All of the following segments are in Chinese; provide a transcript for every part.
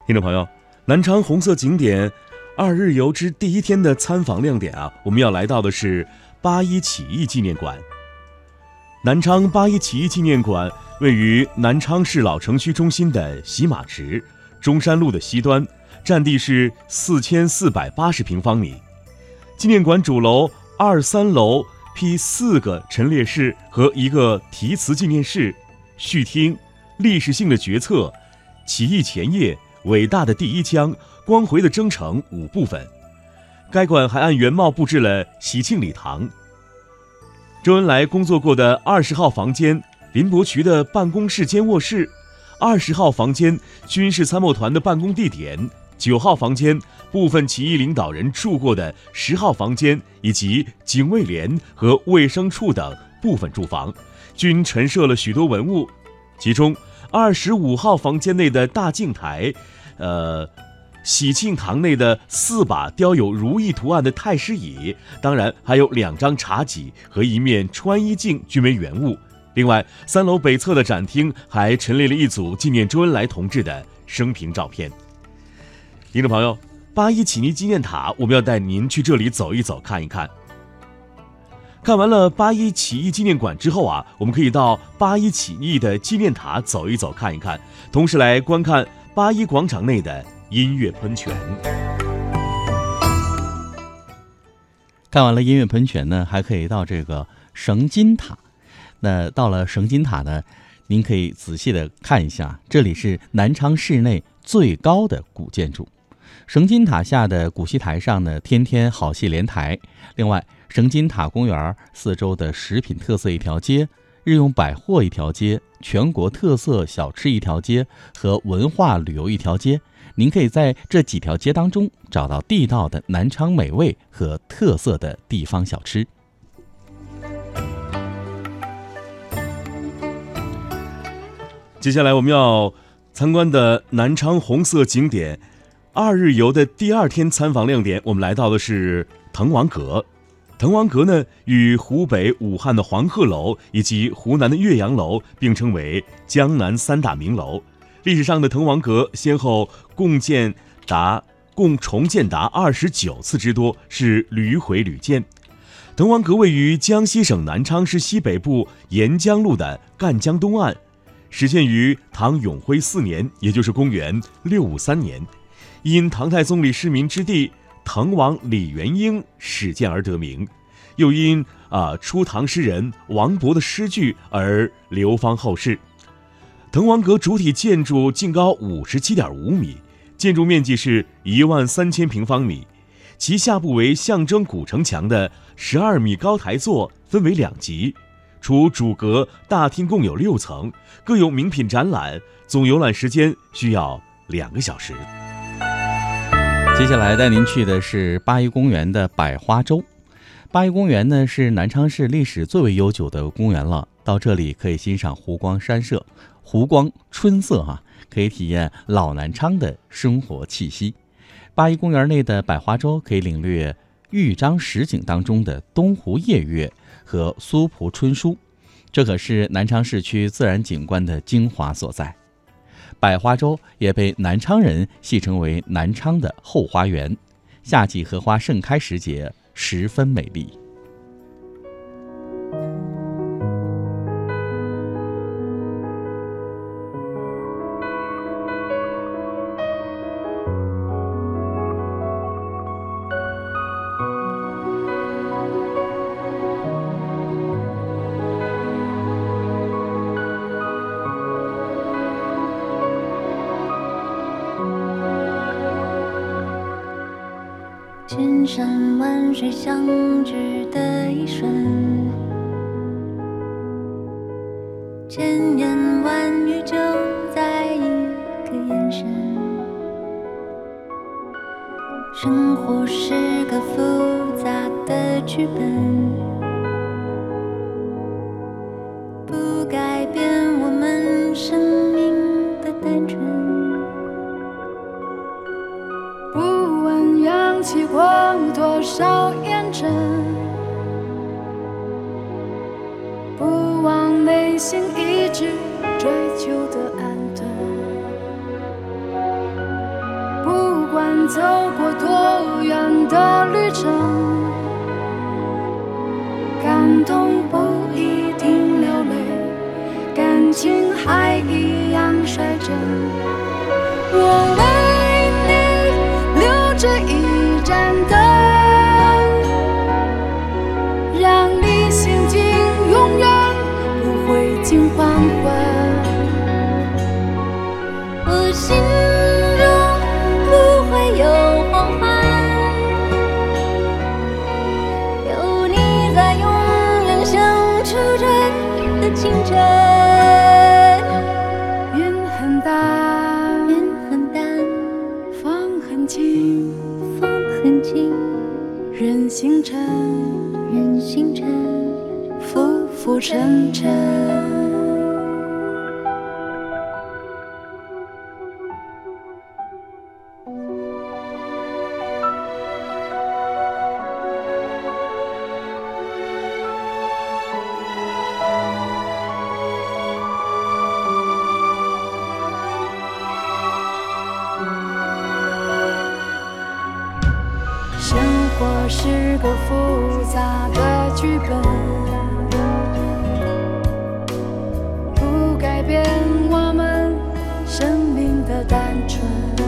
听众朋友，南昌红色景点2日游之第一天的参访亮点我们要来到的是8·1起义纪念馆。南昌8·1起义纪念馆位于南昌市老城区中心的洗马池，中山路的西端，占地是4480平方米。纪念馆主楼2、3楼辟4个陈列室和1个题词纪念室，序厅、历史性的决策、起义前夜、伟大的第一枪、光辉的征程5部分。该馆还按原貌布置了喜庆礼堂。周恩来工作过的20号房间，林伯渠的办公室兼卧室，20号房间军事参谋团的办公地点，9号房间部分起义领导人住过的10号房间，以及警卫连和卫生处等部分住房，均陈设了许多文物。其中25号房间内的大镜台，喜庆堂内的4把雕有如意图案的太师椅，当然还有2张茶几和1面穿衣镜均为原物。另外，3楼北侧的展厅还陈列了一组纪念周恩来同志的生平照片。听众朋友，8·1起义纪念塔，我们要带您去这里走一走看一看。看完了8·1起义纪念馆之后我们可以到8·1起义的纪念塔走一走看一看，同时来观看8·1广场内的音乐喷泉。 看完了音乐喷泉呢，还可以到这个绳金塔。那到了绳金塔呢，您可以仔细的看一下，这里是南昌市内最高的古建筑。绳金塔下的古戏台上呢，天天好戏连台。另外，绳金塔公园四周的食品特色一条街、日用百货一条街、全国特色小吃一条街和文化旅游一条街，您可以在这几条街当中找到地道的南昌美味和特色的地方小吃。 接下来我们要参观的南昌红色景点2日游的第2天参访亮点，我们来到的是滕王阁。滕王阁呢，与湖北武汉的黄鹤楼以及湖南的岳阳楼并称为江南3大名楼。历史上的滕王阁先后共重建达29次之多，是屡毁屡建。滕王阁位于江西省南昌市西北部沿江路的赣江东岸，始建于唐永徽4年，也就是公元653年，因唐太宗李世民之弟滕王李元婴始建而得名，又因初唐诗人王勃的诗句而流芳后世。滕王阁主体建筑净高57.5米，建筑面积是13000平方米，其下部为象征古城墙的12米高台座，分为2级。除主阁，大厅共有6层，各有名品展览，总游览时间需要2个小时。 接下来带您去的是8·1公园的百花洲。8·1公园呢，是南昌市历史最为悠久的公园了，到这里可以欣赏湖光山色，湖光春色可以体验老南昌的生活气息。8·1公园内的百花洲可以领略豫章十景当中的东湖夜月和苏蒲春书，这可是南昌市区自然景观的精华所在。百花洲也被南昌人戏称为南昌的后花园，夏季荷花盛开时节十分美丽。 千山万水相聚的一瞬，千言万语就在一个眼神。生活是个复杂的剧本，不改变我们生命的单纯。 不问扬起过多少烟尘，不忘内心一直追求的安顿。 管走过多远的旅程，感动不一定流泪，感情还一样率真。我为你留着一盏灯，让你心境永远不会尽黄昏。 我心中不会有黄昏，有你在永远相处着的清晨。 云很淡， 云很淡， 风很轻， 风很轻， 人星辰， 人星辰， 浮浮沉沉。生活是个复杂的剧本，不改变我们生命的单纯。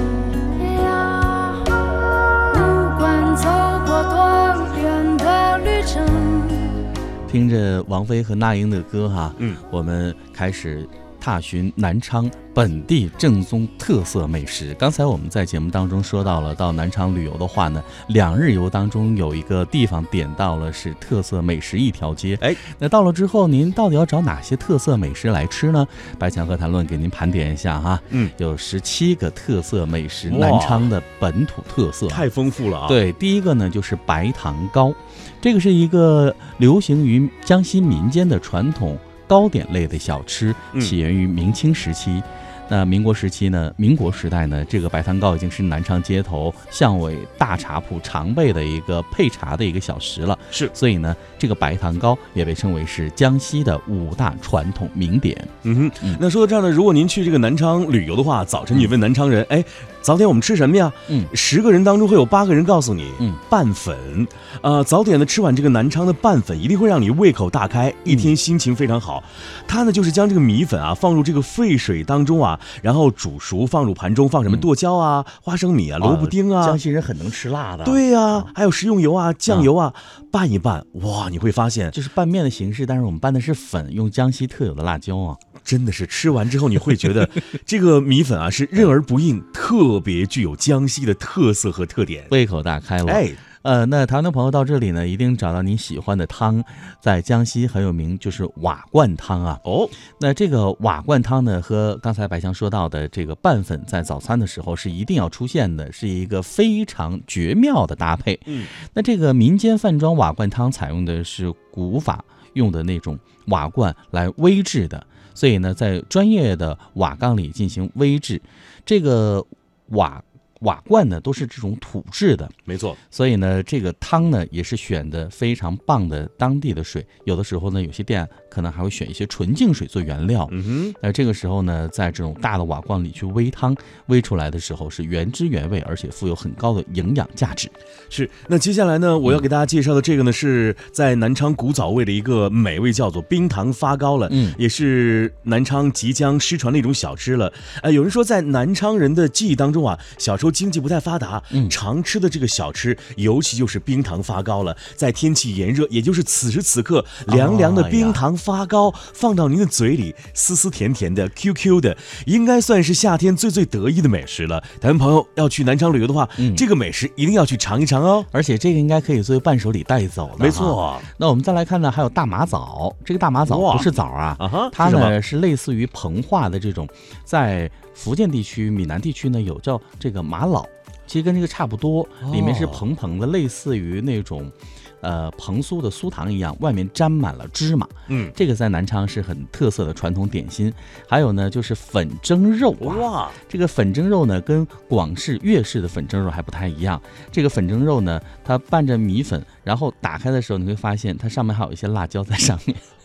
不管走过多远的旅程， 听着王菲和那英的歌哈， 嗯， 我们开始踏寻南昌本地正宗特色美食。刚才我们在节目当中说到了，到南昌旅游的话呢，2日游当中有一个地方点到了是特色美食一条街。那到了之后，您到底要找哪些特色美食来吃呢？白强和谈论给您盘点一下哈，有17个特色美食，南昌的本土特色， 太丰富了啊！ 对，第一个呢就是白糖糕，这个是一个流行于江西民间的传统糕点类的小吃，起源于明清时期。那民国时代呢，这个白糖糕已经是南昌街头巷尾大茶铺常备的一个配茶的一个小食了。 是， 所以呢，这个白糖糕也被称为是江西的5大传统名点。 那说到这儿呢，如果您去这个南昌旅游的话，早晨你问南昌人，早点我们吃什么呀？10个人当中会有8个人告诉你，拌粉。早点呢吃碗这个南昌的拌粉，一定会让你胃口大开，一天心情非常好。它呢就是将这个米粉啊放入这个沸水当中啊，然后煮熟，放入盘中，放什么剁椒啊、花生米啊、萝卜丁啊。 江西人很能吃辣的。 对呀，还有食用油啊、酱油啊，拌一拌，哇，你会发现就是拌面的形式，但是我们拌的是粉，用江西特有的辣椒啊。 真的是吃完之后你会觉得这个米粉啊是韧而不硬，特别具有江西的特色和特点， 胃口大开了。那台湾的朋友到这里呢，一定找到你喜欢的汤，在江西很有名，就是瓦罐汤啊。那这个瓦罐汤呢，和刚才白强说到的这个拌粉，在早餐的时候是一定要出现的，是一个非常绝妙的搭配。那这个民间饭庄瓦罐汤采用的是古法用的那种瓦罐来煨制的，所以呢，在专业的瓦缸里进行煨制，这个瓦罐呢都是这种土制的， 没错。 所以呢，这个汤呢也是选的非常棒的当地的水，有的时候呢，有些店可能还会选一些纯净水做原料。这个时候呢，在这种大的瓦罐里去煨汤，煨出来的时候是原汁原味，而且富有很高的营养价值。 是。那接下来呢，我要给大家介绍的这个呢，是在南昌古早味的一个美味，叫做冰糖发糕了。也是南昌即将失传的一种小吃了。有人说，在南昌人的记忆当中啊，小时候经济不太发达，常吃的这个小吃，尤其就是冰糖发糕了。在天气炎热，也就是此时此刻，凉凉的冰糖发糕放到您的嘴里，丝丝甜甜的 ，QQ 的，应该算是夏天最得意的美食了。咱们朋友要去南昌旅游的话，这个美食一定要去尝一尝哦。 而且这个应该可以作为伴手礼带走的。 没错。 那我们再来看呢，还有大马枣。这个大马枣不是枣啊，它呢是类似于膨化的这种，在福建地区、闽南地区呢有叫这个马老。其实跟这个差不多，里面是蓬蓬的，类似于那种蓬酥的酥糖一样，外面沾满了芝麻。这个在南昌是很特色的传统点心。还有呢，就是粉蒸肉啊。这个粉蒸肉呢，跟广式、粤式的粉蒸肉还不太一样。这个粉蒸肉呢，它拌着米粉，然后打开的时候，你会发现它上面还有一些辣椒在上面。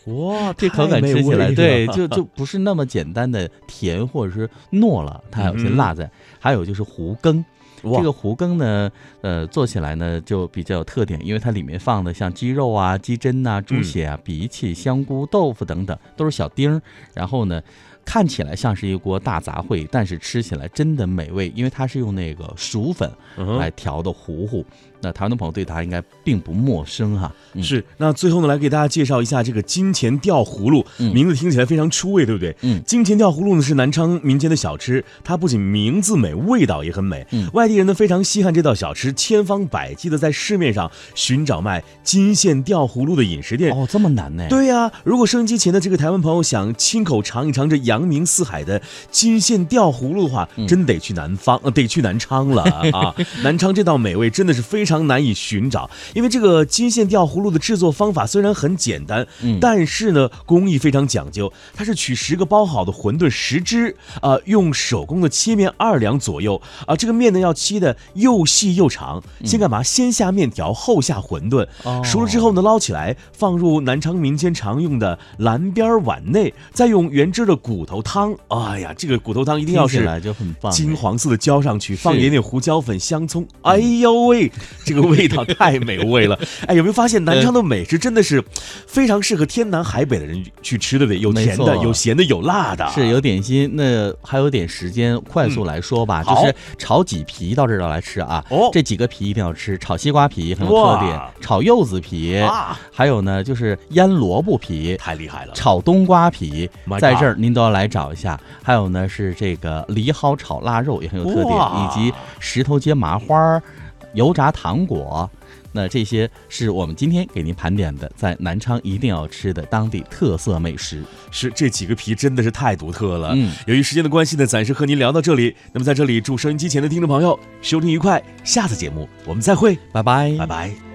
哇， 这口感太美吃起来， 味了对，就不是那么简单的甜或者是糯了，它还有些辣在。还有就是胡羹， 哇这个胡羹呢，做起来呢就比较有特点，因为它里面放的像鸡肉啊、鸡胗啊、猪血啊、荸荠、香菇、豆腐等等，都是小丁儿。然后呢，看起来像是一锅大杂烩，但是吃起来真的美味，因为它是用那个薯粉来调的糊糊。那台湾的朋友对它应该并不陌生哈。 是，那最后呢，来给大家介绍一下这个金钱吊葫芦，名字听起来非常出味，对不对？金钱吊葫芦呢是南昌民间的小吃，它不仅名字美，味道也很美。外地人呢非常稀罕这道小吃，千方百计的在市面上寻找卖金线吊葫芦的饮食店。 哦，这么难呢？ 对呀，如果收音机前的这个台湾朋友想亲口尝一尝这扬名四海的金线吊葫芦的话，真得去得去南昌了啊！南昌这道美味真的是非常难以寻找，因为这个金线吊葫芦的制作方法虽然很简单，但是呢工艺非常讲究。它是取10个包好的馄饨10只，用手工的切面2两左右啊，这个面呢要切的又细又长。先干嘛？先下面条，后下馄饨。熟了之后呢，捞起来放入南昌民间常用的蓝边碗内，再用原汁的骨头汤。哎呀，这个骨头汤一定要是就很棒， 金黄色的浇上去，放一点点胡椒粉、香葱。哎呦喂，这个味道太美味了！哎，有没有发现南昌的美食真的是非常适合天南海北的人去吃，对不对？有甜的，有咸的，有辣的， 是有点心。那还有点时间，快速来说吧，就是炒几皮到这儿来吃啊。这几个皮一定要吃，炒西瓜皮很有特点，炒柚子皮，还有呢就是腌萝卜皮， 太厉害了。 炒冬瓜皮，在这儿您都要来找一下。还有呢是这个梨蒿炒腊肉也很有特点，以及石头街麻花、油炸糖果。那这些是我们今天给您盘点的在南昌一定要吃的当地特色美食。 是，这几个皮真的是太独特了。由于时间的关系呢，暂时和您聊到这里。那么在这里祝收音机前的听众朋友收听愉快，下次节目我们再会， 拜拜， 拜拜。